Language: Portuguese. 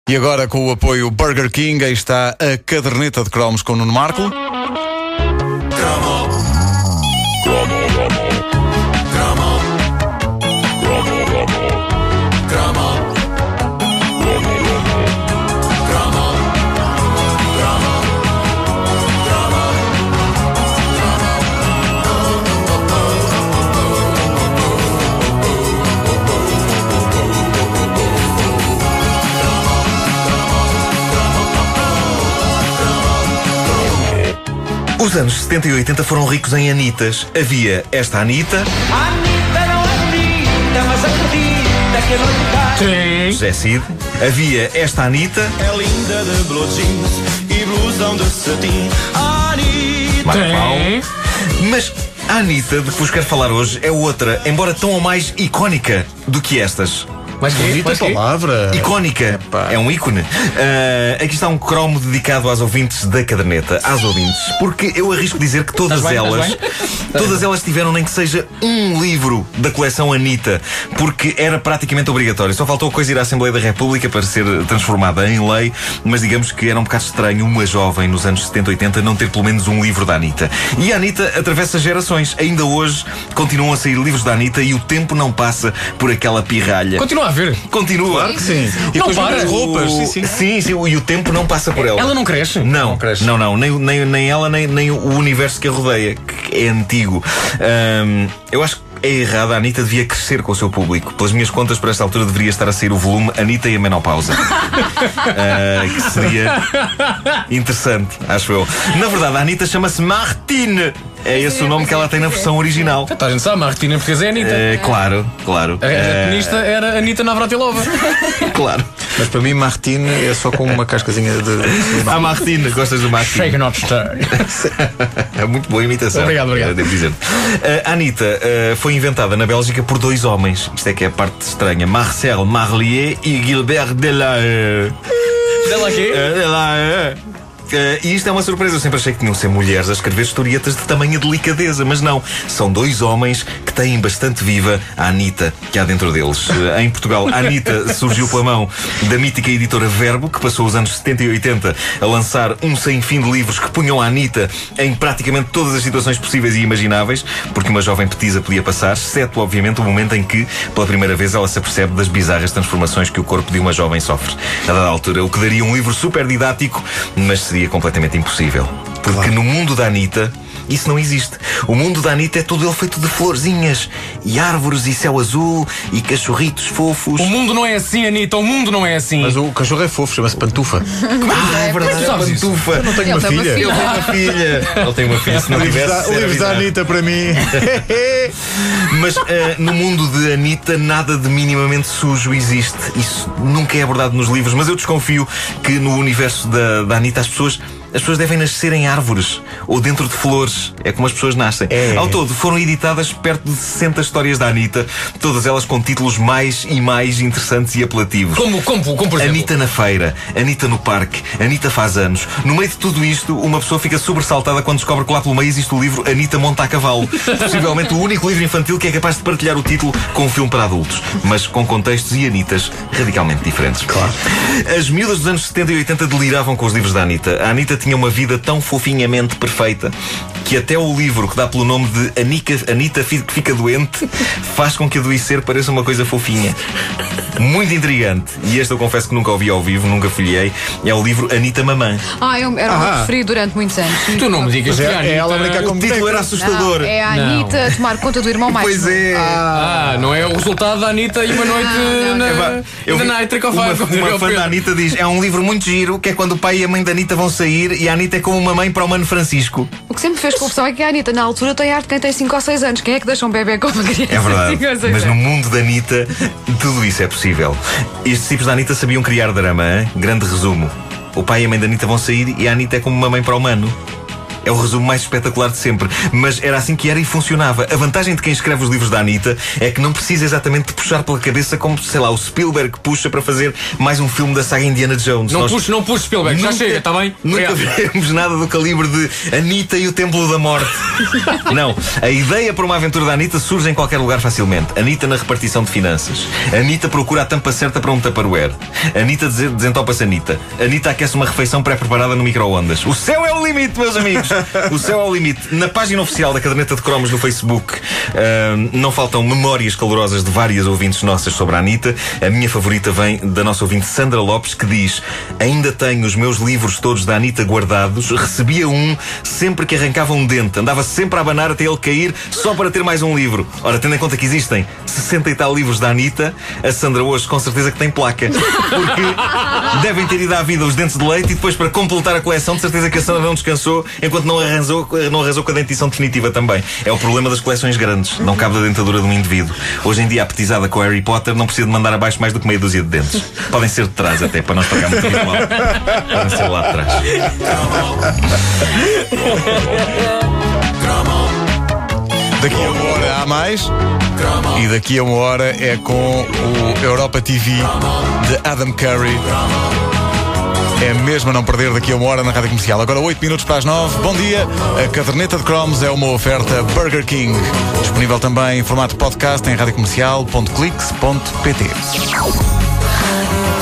E agora, com o apoio Burger King, aí está a caderneta de cromos com o Nuno Marco. Os anos 70 e 80 foram ricos em Anitas. Havia esta Anita. Anita não acredita, mas acredita que não está. José Cid. Havia esta Anita. É linda de blue jeans e blusão de cetim. Anita. Marco Paulo. Mas a Anita de que vos quero falar hoje é outra, embora tão ou mais icónica do que estas. Mas bonita palavra. Icónica. É um ícone. Aqui está um cromo dedicado às ouvintes da caderneta. Às ouvintes. Porque eu arrisco dizer que todas elas tiveram nem que seja um livro da coleção Anita. Porque era praticamente obrigatório. Só faltou a coisa ir à Assembleia da República para ser transformada em lei. Mas digamos que era um bocado estranho uma jovem nos anos 70 e 80 não ter pelo menos um livro da Anita. E a Anita atravessa gerações. Ainda hoje continuam a sair livros da Anita e o tempo não passa por aquela pirralha. Continua a ver. Continua. Claro que sim. E não depois para. as roupas. Sim, e o tempo não passa por ela. Ela não cresce? Não cresce. Não. Nem ela, nem o universo que a rodeia, que é antigo. Eu acho que é errado. A Anita devia crescer com o seu público. Pelas minhas contas, por esta altura deveria estar a sair o volume Anita e a Menopausa. Que seria interessante, acho eu. Na verdade, a Anita chama-se Martine. É esse o nome que ela tem na versão original. A gente sabe, Martina em português é Anitta. Claro. A tenista era Anitta Navratilova. Claro. Mas para mim, Martine é só com uma cascazinha de... Ah, Martine, gostas do Martine? Shake not stir. É muito boa imitação. Obrigado. Devo dizer. A Anita foi inventada na Bélgica por dois homens. Isto é que é a parte estranha. Marcel Marlier e Gilbert Delahaye. Delahaye. E isto é uma surpresa. Eu sempre achei que tinham de ser mulheres a escrever historietas de tamanha delicadeza, mas não. São dois homens que têm bastante viva a Anita que há dentro deles. Em Portugal, a Anita surgiu pela mão da mítica editora Verbo, que passou os anos 70 e 80 a lançar um sem fim de livros que punham a Anita em praticamente todas as situações possíveis e imagináveis, porque uma jovem petisa podia passar, exceto, obviamente, o momento em que, pela primeira vez, ela se apercebe das bizarras transformações que o corpo de uma jovem sofre. A dada altura, o que daria um livro super didático, mas seria completamente impossível. Porque no mundo da Anita isso não existe. O mundo da Anita é todo ele feito de florzinhas e árvores e céu azul e cachorritos fofos. O mundo não é assim, Anita. O mundo não é assim. Mas o cachorro é fofo, chama-se Pantufa. É verdade, é Pantufa. Eu não tenho uma filha. Ele tem uma filha. Ele tem uma filha. Se não tivesse, livros da Anita para mim. Mas no mundo de Anita nada de minimamente sujo existe. Isso nunca é abordado nos livros. Mas eu desconfio que no universo da Anita as pessoas devem nascer em árvores ou dentro de flores. É como as pessoas nascem. Ao todo, foram editadas perto de 60 histórias da Anita, todas elas com títulos mais e mais interessantes e apelativos. Como por exemplo? Anita na feira, Anita no parque, Anita faz anos. No meio de tudo isto, uma pessoa fica sobressaltada quando descobre que lá pelo meio existe o livro Anita monta a cavalo. Possivelmente o único livro infantil que é capaz de partilhar o título com um filme para adultos, mas com contextos e Anitas radicalmente diferentes. Claro. As miúdas dos anos 70 e 80 deliravam com os livros da Anita. A Anita tinha uma vida tão fofinhamente perfeita que até o livro que dá pelo nome de Anita Fica Doente faz com que adoecer pareça uma coisa fofinha. Muito intrigante. E este eu confesso que nunca ouvi ao vivo, nunca folhei. É o livro Anita Mamã. Era o meu preferido durante muitos anos. Tu não me digas que é ela brincar com o título era assustador. Não, é a Anita a tomar conta do irmão mais Pois é. Não é o resultado da Anita e uma noite na Night Uma fã da Anita diz: é um livro muito giro, que é quando o pai e a mãe da Anita vão sair e a Anita é como uma mãe para o Mano Francisco. O que sempre fez confusão é que a Anita, na altura, tem arte de quem tem 5 ou 6 anos. Quem é que deixa um bebê com uma criança? É verdade. 5 ou 6 Mas no anos? mundo da Anita, tudo isso é possível. Estes tipos da Anita sabiam criar drama, hein? Grande resumo. O pai e a mãe da Anita vão sair e a Anita é como uma mãe para o Mano. É o resumo mais espetacular de sempre. Mas era assim que era e funcionava. A vantagem de quem escreve os livros da Anitta é que não precisa exatamente de puxar pela cabeça como, sei lá, o Spielberg puxa para fazer mais um filme da saga Indiana Jones. Não puxe Spielberg, já chega, está bem? Nunca veremos nada do calibre de Anitta e o Templo da Morte. Não. A ideia para uma aventura da Anitta surge em qualquer lugar facilmente. Anitta na repartição de finanças. Anitta procura a tampa certa para um Tupperware. Anitta desentopa-se Anitta. Anitta aquece uma refeição pré-preparada no micro-ondas. O céu é o limite, meus amigos. O céu é o limite. Na página oficial da Caderneta de Cromos no Facebook não faltam memórias calorosas de várias ouvintes nossas sobre a Anitta. A minha favorita vem da nossa ouvinte Sandra Lopes, que diz: ainda tenho os meus livros todos da Anitta guardados. Recebia um sempre que arrancava um dente. Andava sempre a abanar até ele cair só para ter mais um livro. Ora, tendo em conta que existem 60 e tal livros da Anitta, a Sandra hoje com certeza que tem placa. Porque devem ter ido à vida os dentes de leite e depois, para completar a coleção, de certeza que a Sandra não descansou enquanto não arrasou com a dentição definitiva também. É o problema das coleções grandes. Não cabe da dentadura de um indivíduo. Hoje em dia, a petizada com Harry Potter não precisa de mandar abaixo mais do que meia dúzia de dentes. Podem ser de trás até, para não estragar muito visual. Podem ser lá de trás. Daqui a uma hora há mais. E daqui a uma hora é com o Europa TV de Adam Curry. É mesmo a não perder daqui a uma hora na Rádio Comercial. Agora 8 minutos para as 9. Bom dia. A Caderneta de Cromos é uma oferta Burger King. Disponível também em formato podcast em radiocomercial.clix.pt.